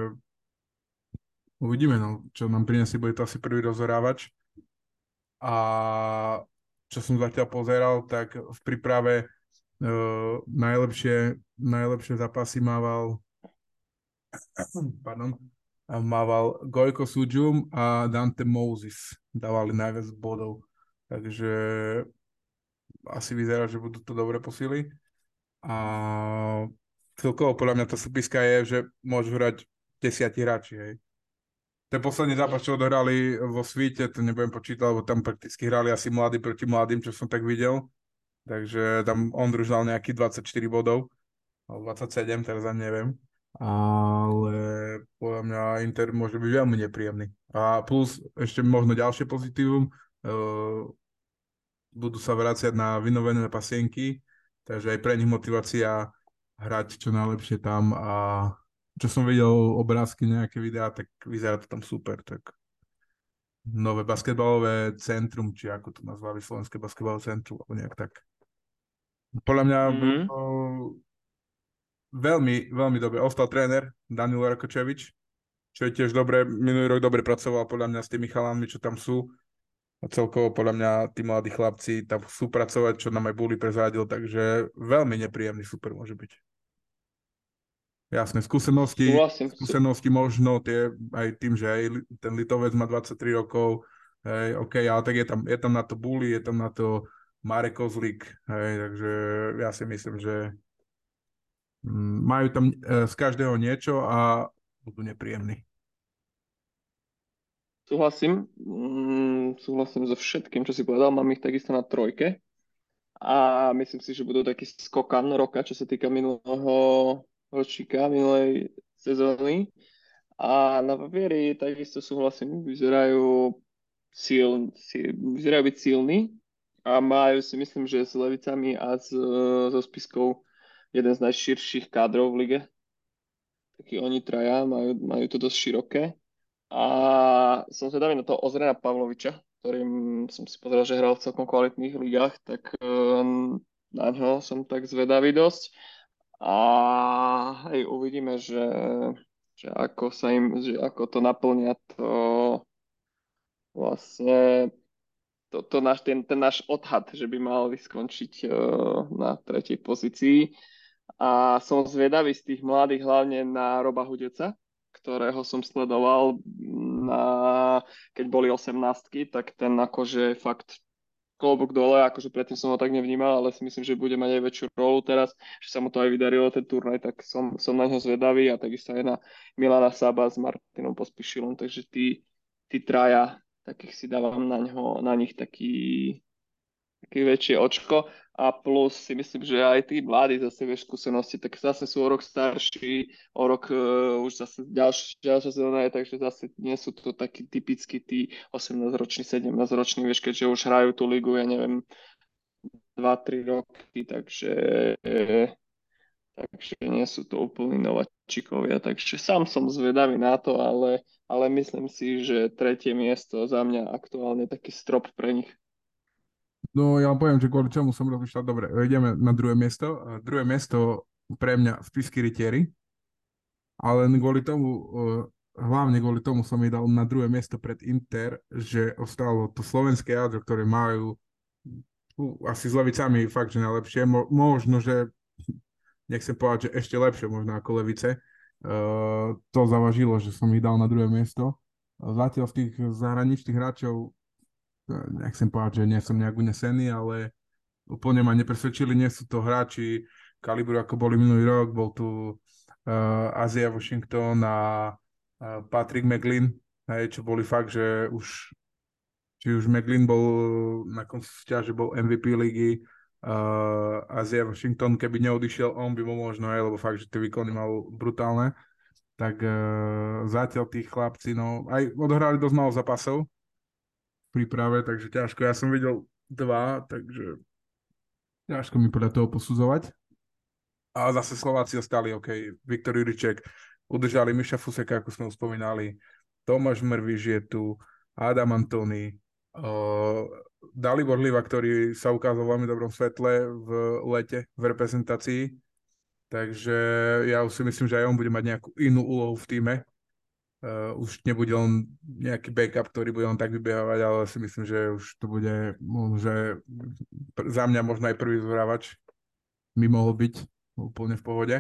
uvidíme, no, čo nám prinesie, bude to asi prvý rozhorávač. A čo som zatiaľ pozeral, tak v príprave uh, najlepšie, najlepšie zápasy mával pardon, a mával Gojko Sudžum a Dante Moses. Dávali najviac bodov. Takže asi vyzerá, že budú to dobré posily. A celkovo podľa mňa tá súpiska je, že môžu hrať desiatí hráči, hej. ten posledný zápas, čo odohrali vo Svite, to nebudem počítať, lebo tam prakticky hrali asi mladí proti mladým, čo som tak videl. Takže tam Ondruž dal nejakých dvadsaťštyri bodov, alebo dvadsaťsedem, teraz ani neviem. Ale podľa mňa Inter môže byť veľmi nepríjemný. A plus ešte možno ďalšie pozitívum, uh, budú sa vrácať na vynovené pasienky, takže aj pre nich motivácia hrať čo najlepšie tam a čo som videl obrázky, nejaké videá, tak vyzerá to tam super, tak nové basketbalové centrum, či ako to nazvali, Slovenské basketbalové centrum, alebo nejak tak. Podľa mňa Mm-hmm. uh, veľmi, veľmi dobre. Ostal tréner Danilo Rakočevič, čo je tiež dobre, minulý rok dobre pracoval podľa mňa s tými chalánmi, čo tam sú. A celkovo podľa mňa tí mladí chlapci tam chcú pracovať, čo nám aj Bully prezradil, takže veľmi nepríjemný super môže byť. Jasné, skúsenosti, Súhlasím. Sú... skúsenosti možno tie aj tým, že aj ten Litovec má dvadsaťtri rokov, hej, OK, ale tak je tam, je tam na to Bully, je tam na to Marek Kozlik, hej, takže ja si myslím, že mm, majú tam e, z každého niečo a budú nepríjemní. Súhlasím. Mm, súhlasím so všetkým, čo si povedal. Mám ich takisto na trojke. A myslím si, že budú taký skokan roka, čo sa týka minulého ročíka, minulej sezóny. A na papieri takisto súhlasím, vyzerajú, sil, sil, vyzerajú byť silní a majú si myslím, že s Levicami a s, so Spiskou jeden z najširších kádrov v lige. Takí oni traja majú, majú to dosť široké. A som zvedavý na toho Ozrena Pavloviča, ktorým som si pozrel, že hral v celkom kvalitných ligách, tak um, na ňo som tak zvedavý dosť. A hej, uvidíme, že, že ako sa im, že ako to naplnia to vlastne to, to náš, ten, ten náš odhad, že by mali skončiť uh, na tretej pozícii. A som zvedavý z tých mladých hlavne na Roba Hudevca, ktorého som sledoval, na, keď boli osemnástky, tak ten akože fakt klobúk dole, akože predtým som ho tak nevnímal, ale si myslím, že bude mať aj väčšiu rolu teraz, že sa mu to aj vydarilo, ten turnaj, tak som, som na ňo zvedavý a takisto aj na Milana Saba s Martinom Pospišilom, takže tí, tí traja, takých si dávam na, ňo, na nich taký, taký väčšie očko a plus si myslím, že aj tí mladí zase vieš skúsenosti, tak zase sú o rok starší, o rok uh, už zase ďalšia, ďalšia sezóna je, takže zase nie sú to takí typickí tí osemnásťroční, sedemnásťroční, vieš, keďže už hrajú tú ligu, ja neviem, dva tri roky, takže, eh, takže nie sú to úplní nováčikovia, takže sám som zvedavý na to, ale, ale myslím si, že tretie miesto za mňa aktuálne taký strop pre nich. No ja vám poviem, že kvôli čomu som rozmýšľal, dobre, ideme na druhé miesto. A druhé miesto pre mňa Spišskí rytieri, ale len kvôli tomu, eh, hlavne kvôli tomu som ich dal na druhé miesto pred Inter, že ostalo to slovenské jadro, ktoré majú uh, asi s Levicami fakt, že najlepšie. Mo- možno, že nechcem povedať, že ešte lepšie možno ako Levice. Uh, to zavažilo, že som ich dal na druhé miesto. Zatiaľ z tých zahraničných hráčov eh, nechcem povedať, že nie som nejak unesený, ale úplne ma nepresvedčili, nie sú to hráči kalibru, ako boli minulý rok, bol tu uh, Azia Washington a uh, Patrick McLean, hej, čo boli fakt, že už či už McLean bol na konci súťaže, bol em ví pí ligy, uh, Azia Washington, keby neodišiel, on by bol možno, hej, lebo fakt, že tie výkony mal brutálne, tak uh, zatiaľ tí chlapci, no aj odohrali dosť málo zápasov v príprave, takže ťažko, ja som videl dva, takže ťažko mi podľa toho posudzovať. A zase Slováci ostali, OK, Viktor Juriček, udržali Miša Fuseka, ako sme už spomínali, Tomáš Mrviš je tu, Adam Antony, uh, Dalibor Liva, ktorý sa ukázal v veľmi dobrom svetle v lete v reprezentácii, takže ja už si myslím, že aj on bude mať nejakú inú úlohu v týme. Uh, už nebude on nejaký backup, ktorý bude on tak vybehovať, ale si myslím, že už to bude možno, že pr- za mňa možno aj prvý zhrávač by mohol byť úplne v pohode.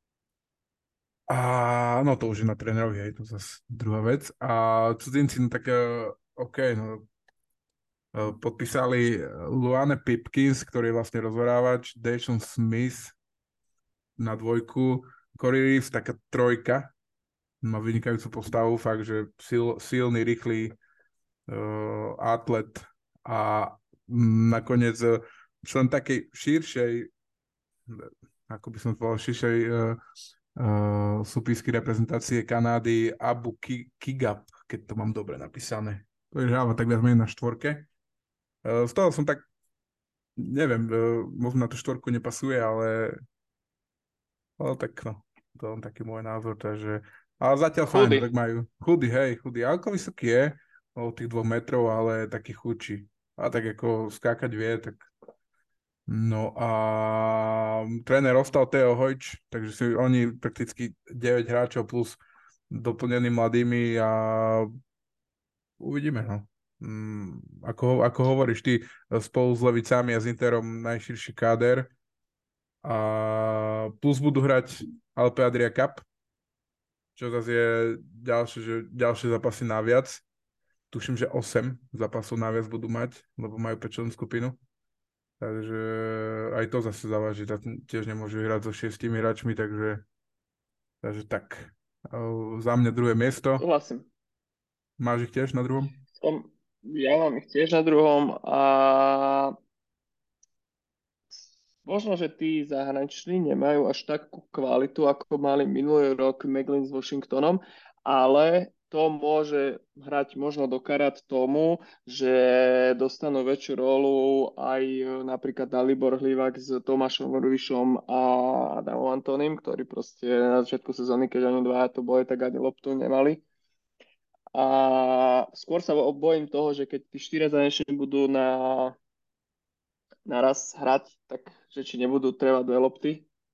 A no to už je na trénerovi, hej, to zase druhá vec. A cudzinci, no tak uh, OK, no uh, podpísali Luane Pipkins, ktorý je vlastne rozhorávač, Dashon Smith na dvojku, Corey Reeves, taká trojka. má vynikajúcu postavu, fakt, že sil, silný, rýchly uh, atlet a mm, nakoniec uh, člen takej širšej, ako by som to povedal, širšej uh, uh, súpisky reprezentácie Kanády Abu Ki- Kigab, keď to mám dobre napísané. To je hráva tak viac menej na štvorke. Uh, z toho som tak, neviem, uh, možno na tú štvorku nepasuje, ale, ale tak no, to je len taký môj názor, takže ale zatiaľ fajn, Chudy. tak majú chudý, hej, chudý. Ako vysoký je, o tých dvoch metrov, ale taký chudší. A tak ako skákať vie, tak no a tréner ostal Teo Hojč, takže si oni prakticky deväť hráčov plus doplnení mladými a uvidíme, no. Mm, ako, ako hovoríš ty, spolu s Levicami a s Interom najširší káder a plus budú hrať Alpe Adria Cup, čo zase je ďalšie, že ďalšie zápasy naviac. Tuším, že osem zápasov naviac budú mať, lebo majú päťčlennú skupinu. Takže aj to zase závaží, tiež nemôžu hrať so šiestimi hráčmi, takže, takže tak. Uh, za mňa druhé miesto. Súhlasím. Máš ich tiež na druhom? Som, ja mám ich tiež na druhom a možno, že tí zahraniční nemajú až takú kvalitu, ako mali minulý rok Meglin s Washingtonom, ale to môže hrať možno do karát tomu, že dostanú väčšiu rolu aj e, napríklad Dalibor Hlivák s Tomášom Rubišom a Adamom Antonim, ktorí proste na začiatku sezóny, keď oni dvaja to boli, tak ani loptu nemali. A skôr sa bojím toho, že keď tí štyria zahraniční budú na naraz hrať, tak že či nebudú trebať dve lopty,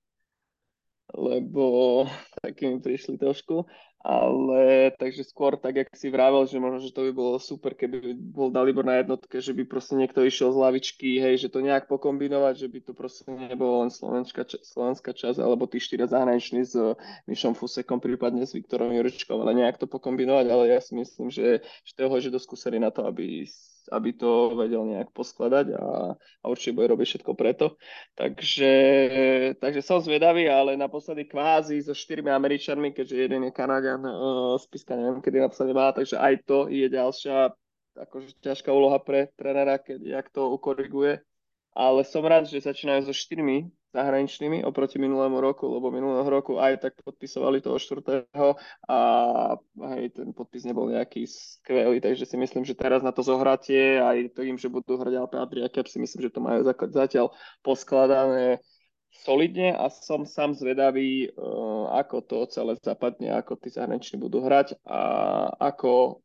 lebo taký mi prišli trošku. Ale takže skôr tak, jak si vravel, že možno, že to by bolo super, keby bol Dalibor na jednotke, že by proste niekto išiel z lavičky, hej, že to nejak pokombinovať, že by to proste nebolo len slovenská, slovenská časť, alebo tí štyria zahraniční s Mišom Fusekom, prípadne s Viktorom Jurečkom, ale nejak to pokombinovať, ale ja si myslím, že, že toho, že do skúsený na to, aby, aby to vedel nejak poskladať a, a určite bude robiť všetko preto. Takže, takže som zvedavý, ale naposledy kvázi so štyrmi Američanmi, keďže jeden je Kanaďan, uh, spiska neviem, kedy naposledy má, takže aj to je ďalšia akože ťažká úloha pre trénera, keď jak to ukoriguje. Ale som rád, že začínajú so štyrmi zahraničnými oproti minulému roku, lebo minulého roku aj tak podpisovali toho štvrtého a hej, ten podpis nebol nejaký skvelý, takže si myslím, že teraz na to zohratie aj tým, že budú hrať Alpe Adria Cup, si myslím, že to majú zatiaľ poskladané solidne a som sám zvedavý, uh, ako to celé zapadne, ako tí zahraniční budú hrať a ako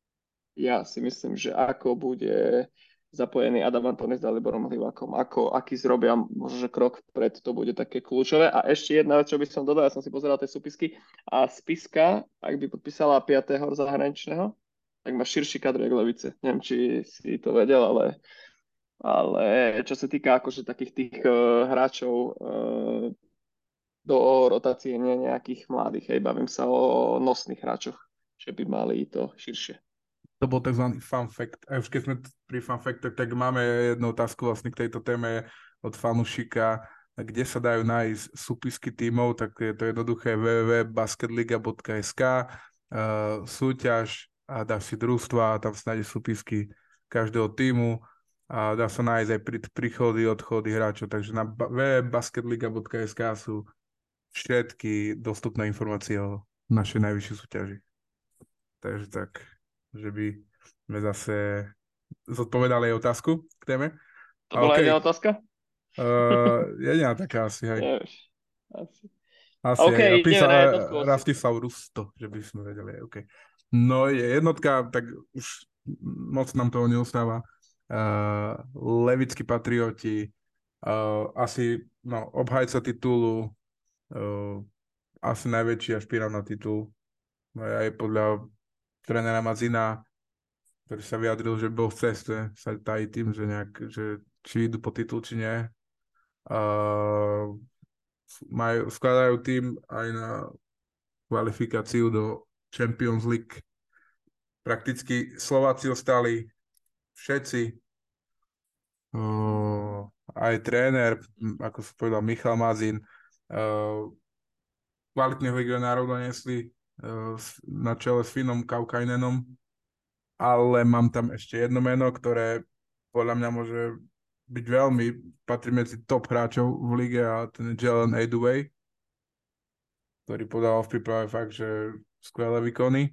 ja si myslím, že ako bude zapojený Adam Antony s Daliborom Hlivákom, ako, aký zrobia možno, že krok vpred, to bude také kľúčové. A ešte jedna vec, čo by som dodal, ja som si pozeral tie súpisky a Spiska, ak by podpísala piateho zahraničného, tak má širší kadr jak Levice. Neviem, či si to vedel, ale, ale čo sa týka akože takých tých uh, hráčov uh, do rotácie nie nejakých mladých, hej, bavím sa o nosných hráčoch, že by mali to širšie. To bol tzv. Fun fact. A už keď sme pri fun factoch, tak máme jednu otázku vlastne k tejto téme od fanúšika, kde sa dajú nájsť súpisky tímov, tak je to jednoduché w w w bodka basketliga bodka es ka, uh, súťaž a dá si družstva a tam sa nájde súpisky každého tímu a dá sa nájsť aj pri, príchody, odchody hráčov, takže na w w w bodka basketliga bodka es ka sú všetky dostupné informácie o našej najvyššej súťaži. Takže tak, že by sme zase zodpovedali aj otázku k téme. To A bola OK, jedna otázka? uh, jediná taká asi, hej. Nevieš. Asi. Asi OK, aj. A ideme písal na uh, jednotku. Rastislav Rusto, že by sme vedeli, OK. No je jednotka, tak už moc nám toho neustáva. Uh, Levickí patrioti, uh, asi no, obhajca titulu, uh, asi najväčší ašpirant na titul. No, aj podľa trénera Mazina, ktorý sa vyjadril, že bol v ceste, sa tají tým, že, nejak, že či idú po titul, či nie. Uh, majú, skladajú tým aj na kvalifikáciu do Champions League. Prakticky Slováci ostali všetci. Uh, aj tréner, ako som povedal, Michal Mazin. Uh, kvalitných legionárov donesli. na čele s Finom Kaukainenom, ale mám tam ešte jedno meno, ktoré podľa mňa môže byť veľmi, patrí medzi top hráčov v lige a ten je Jalen Adeway, ktorý podal v príprave fakt, že skvelé výkony.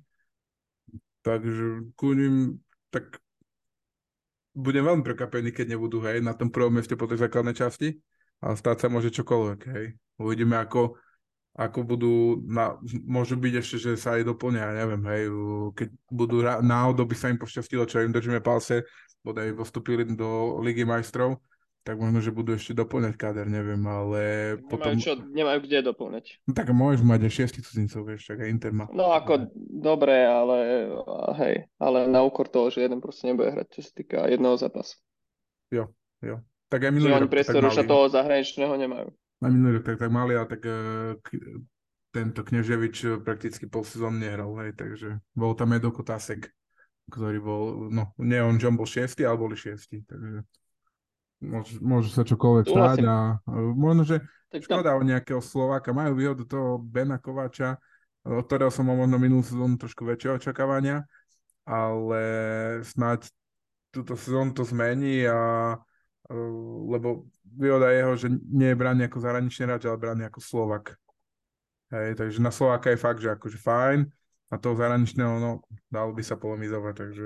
Takže ku ním, tak budem veľmi prekvapený, keď nebudú, hej, na tom prvom mieste po tej základnej časti, ale stať sa môže čokoľvek, hej. Uvidíme, ako ako budú, na, môžu byť ešte, že sa aj doplňa, neviem, hej, keď budú náhodou by sa im pošťastilo, čo im držíme palce, bodaj postupili do Ligy majstrov, tak možno, že budú ešte doplňať káder, neviem, ale Tak potom... nemajú, čo, nemajú kde doplňať. No tak môžeš mať aj šiestich cudzincov, vieš, tak aj Inter má. No ako, dobre, ale hej, ale na úkor toho, že jeden proste nebude hrať, čo sa týka jedného zápasu. Jo, jo. Tak aj Že minulý oni rok to tak priestor už mali. sa toho zahraničného nemajú. Aj minulý rok tak, tak mali, ale tak uh, k- tento Kneževič prakticky pol sezón nehral, hej, takže bol tam Edo Kotásek, ktorý bol, no, nie on, že on bol šiestý, ale boli šiestí, takže môže, môže sa čokoľvek stáť Súhlasím. a uh, možno, že Tak tam, škoda o nejakého Slováka, majú výhodu toho Bena Kováča, od ktorého som mal možno minulú sezónu trošku väčšie očakávania, ale snáď túto sezónu to zmení a uh, lebo výhoda jeho, že nie je braný ako zahraničný hráč, ale braný ako Slovak. Hej, takže na Slováka je fakt, že akože fajn, a toho zahraničného, no, dalo by sa polemizovať, takže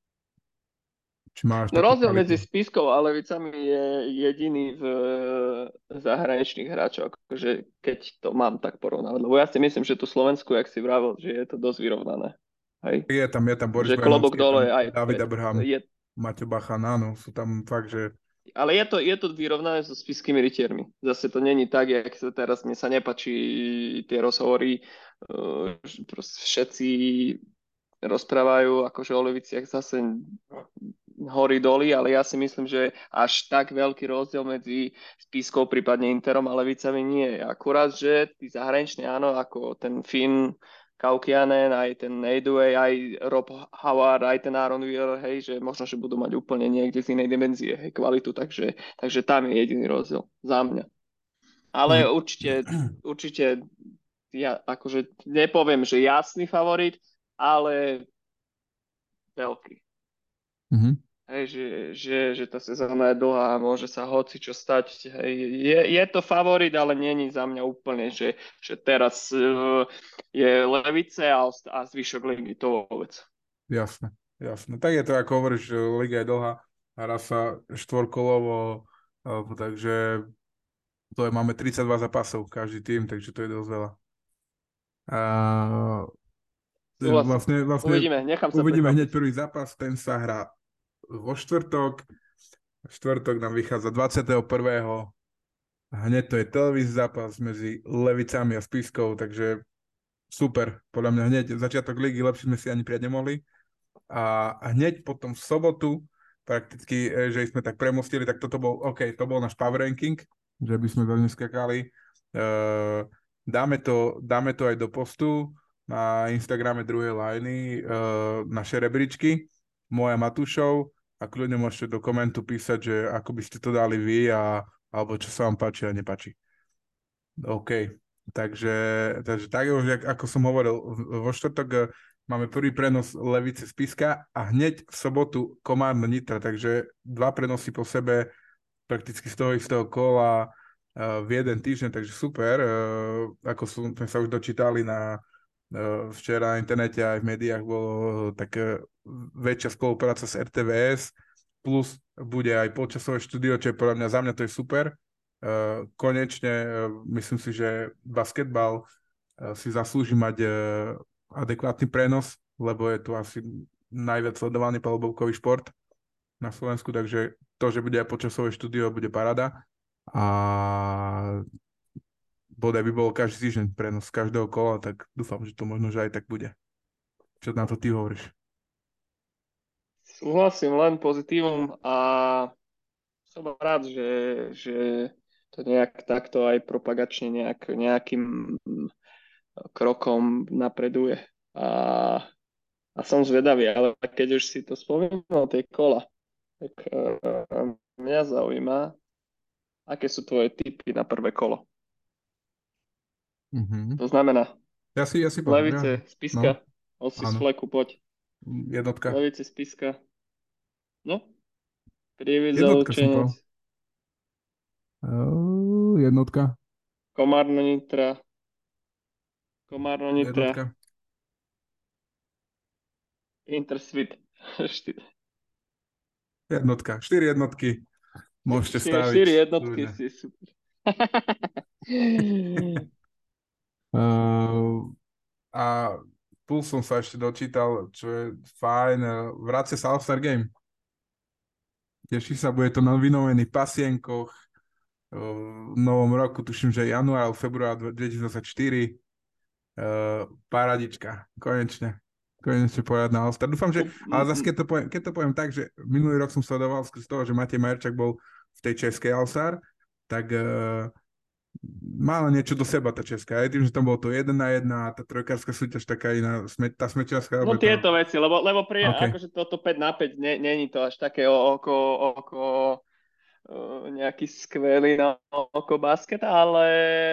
či máš no takú rozdiel kvalitu. medzi Spiskou a Levicami je jediný v zahraničných hráčov, akože keď to mám tak porovnávať. Lebo ja si myslím, že tu Slovensku, jak si vravel, že je to dosť vyrovnané. Hej. Je tam, je tam Boris Že klobok Benovský, je tam dole aj David pred. Abraham, Je, Maťo Bachan, áno, sú tam fakt, že ale je to, je to vyrovnané so spišskými rytiermi. Zase to není tak, jak sa teraz mne sa nepačí tie rozhovory. Uh, proste všetci rozprávajú akože o Leviciach zase hory doly, ale ja si myslím, že až tak veľký rozdiel medzi Spiskou, prípadne Interom a Levicami nie je. Akurát, že tí zahraniční, áno, ako ten Finn, Kaukianen, aj ten Adeway, aj Rob Howard, aj ten Aaron Wheeler, hej, že možno, že budú mať úplne niekde z inej dimenzie, hej, kvalitu, takže, takže tam je jediný rozdiel za mňa. Ale Mhm. určite, určite ja akože nepoviem, že jasný favorit, ale veľký. Mhm. Hej, že, že, že tá sezóna je dlhá a môže sa hoci čo stať. Hej, je, je to favorit, ale není za mňa úplne, že, že teraz uh, je Levice a, a zvyšok ligy, to vôbec. Jasné, jasné. Tak je to, ako hovoríš, že liga je dlhá, hrá sa štvorkolovo, alebo takže to je, máme tridsaťdva zápasov každý tým, takže to je dosť veľa. A Súhlasím. vlastne, vlastne Uvidíme, nechám sa uvidíme prekvapiť. hneď prvý zápas, ten sa hrá vo štvrtok. Štvrtok nám vychádza dvadsiateho prvého Hneď to je televízny zápas medzi Levicami a Spiskou, takže super. Podľa mňa hneď začiatok ligy, lepšie sme si ani prijať nemohli. A hneď potom v sobotu, prakticky, e, že sme tak premostili, tak toto bol, OK, to bol náš power ranking, že by sme veľmi skakali. Uh, dáme, to, dáme to aj do postu na Instagrame druhej lajny, uh, naše rebríčky, moja Matúšov, a kľudne môžete do komentu písať, že ako by ste to dali vy a, alebo čo sa vám páči a nepáči. OK. Takže, takže tak už, ako som hovoril, vo štvrtok eh, máme prvý prenos Levice Spiska a hneď v sobotu Komárno Nitra, takže dva prenosy po sebe prakticky z toho istého kola uh, v jeden týždeň, takže super. Uh, ako som, sme sa už dočítali na uh, včera na internete aj v médiách, bolo tak uh, väčšia spolupráca s er té vé es, plus bude aj počasové štúdio, čo je podľa mňa, za mňa to je super. Uh, konečne uh, myslím si, že basketbal uh, si zaslúži mať uh, adekvátny prenos, lebo je tu asi najviac sledovaný palubovkový šport na Slovensku, takže to, že bude aj počasové štúdio, bude parada. A bodaj by bol každý týždeň prenos z každého kola, tak dúfam, že to možno, že aj tak bude. Čo na to ty hovoríš? Súhlasím len pozitívum a som rád, že, že to nejak takto aj propagačne nejak, nejakým krokom napreduje. A, a som zvedavý, ale keď už si to spomínal, tie kola, tak uh, mňa zaujíma, aké sú tvoje tipy na prvé kolo. Mm-hmm. To znamená, Ja si, ja si poviem, ja. Levice, No, Spiska. Osi z áno. fleku, poď. Jednotka. Levice, Spiska. No, Prievidza, Jednotka som Lučenec, povedal. Uh, jednotka. Komárno, Nitra, Komárno, Nitra, Jednotka. Intersvit. Jednotka. Štyri jednotky. Môžete Štyri, staviť. štyri jednotky Kľudne. si super. Uh, a plus som sa ešte dočítal, čo je fajn. uh, Vracia sa All-Star Game. Teší sa, bude to na vynovených pasienkoch. Uh, v novom roku, tuším, že január, február dvetisícdvadsaťštyri. Uh, paradička. Konečne. Konečne poriadna All-Star. Dúfam, že... Sup- Ale m- zase, m- keď to poviem, keď to poviem tak, že minulý rok som sledoval z toho, že Matej Majerčak bol v tej českej All-Star, tak uh, mala niečo do seba tá česká. Aj tým, že tam bolo to jeden na jedna a tá trojkárska súťaž taká iná, sme, tá smečiarská, No alebo tá... tieto veci, lebo, lebo pri, OK. akože toto päť na päť nie, není to až také o- oko, oko o, nejaký skvelý na oko basket, ale,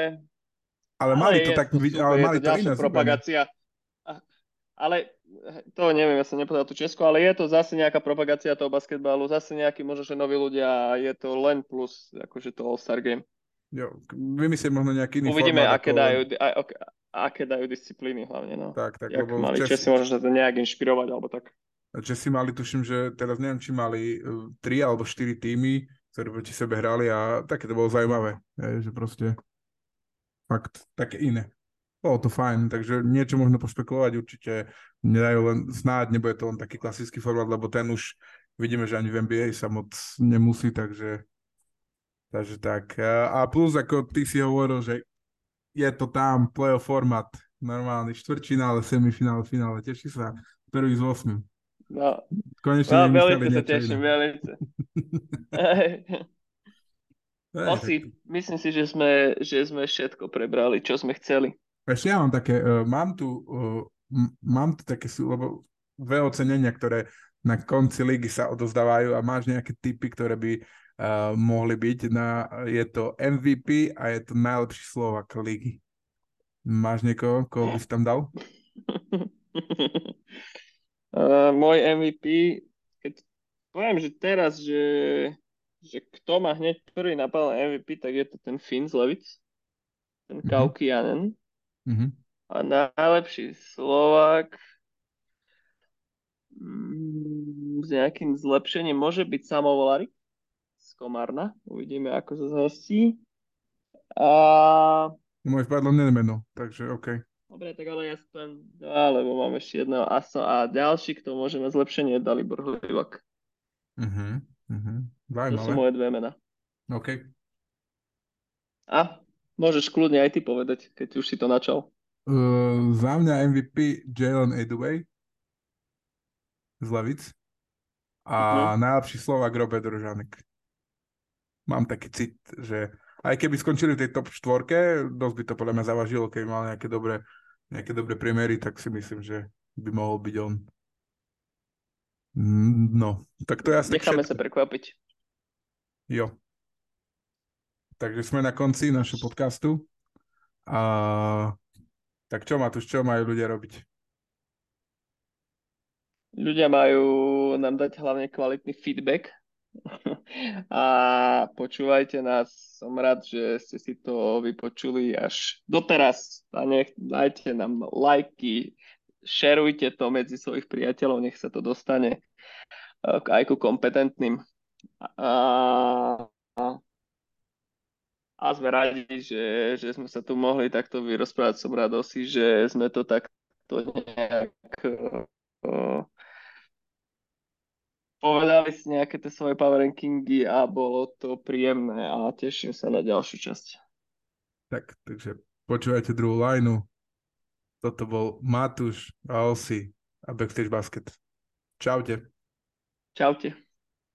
Ale ale mali to je tak, to ale super, je mali to to ďalšia iné zobenie. propagácia. A- Ale to neviem, ja som nepovedal tú Česku, ale je to zase nejaká propagácia toho basketbalu, zase nejakí možno, že noví ľudia a je to len plus, akože to All-Star Game. Jo, vymyslieť možno nejaký iný Uvidíme, formát aké ako len... dajú, a- ak- aké dajú disciplíny hlavne, no. Tak, tak, Jak lebo mali Česi, Česi možno sa to nejak inšpirovať, alebo tak. Česi mali, tuším, že teraz neviem, či mali uh, tri alebo štyri týmy, ktoré proti sebe hrali a také to bolo zaujímavé. Je, že proste fakt také iné. Bolo to fajn, takže niečo možno pošpekulovať určite. Nedajú len, snáď nebude to len taký klasický formát, lebo ten už vidíme, že ani v en bí ej sa moc nemusí, takže, takže tak. A plus, ako ty si hovoril, že je to tam playoff format, normálny štvrťfinále, semifinále, finále, teší sa prvý z osmi. No, Konečne no vymysleli veľmi sa niečo teším, iné. veľmi. Hej. Hej, tak Osi, myslím si, že sme, že sme všetko prebrali, čo sme chceli. ešte ja mám také, uh, mám tu, uh, m- mám tu také sú, lebo dve ocenenia, ktoré na konci ligy sa odozdávajú a máš nejaké typy, ktoré by uh, mohli byť na, je to em ví pí a je to najlepší Slovak ligy. Máš niekoho, koho by si tam dal? Uh, môj em ví pí, keď poviem, že teraz, že, že kto má hneď prvý napadol em ví pí, tak je to ten Finn z Levic, ten Mhm, Kaukianen. mhm. A najlepší Slovák mm, s nejakým zlepšením môže byť Samo Volarik z Komárna. Uvidíme, ako sa zhostí. A Môj spadlo nemeno, takže OK. dobre, tak ale ja spravím dva, lebo mám ešte jedného aso a ďalší, kto môže mať zlepšenie, je Dalibor Hlivak. Mhm, mhm. To sú Zaujímavé. moje dve mená. OK. A môžeš kľudne aj ty povedať, keď už si to načal. Uh, za mňa em ví pí Jalen Edway z Levic a Mhm. najlepší Slovak Robert Rožanek. Mám taký cit, že aj keby skončili v tej top štvorke, dosť by to podľa mňa zavažilo, keby mal nejaké dobré, nejaké dobré priemery, tak si myslím, že by mohol byť on. Mm, No, tak to je asi tak Necháme všetko. sa prekvapiť. Jo. Takže sme na konci našho podcastu. A tak čo, Matúš, čo majú ľudia robiť? Ľudia majú nám dať hlavne kvalitný feedback a počúvajte nás. Som rád, že ste si to vypočuli až doteraz a nech dajte nám lajky, šerujte to medzi svojich priateľov, nech sa to dostane eh, aj ku kompetentným. A, a, a sme radi, že, že sme sa tu mohli takto vyrozprávať. Som rád si, že sme to takto nejak eh, povedali si nejaké tie svoje power rankingy a bolo to príjemné a teším sa na ďalšiu časť. Tak, takže počúvajte druhú lajnu. Toto bol Matúš a Osi a Backstage Basket. Čaute. Čaute.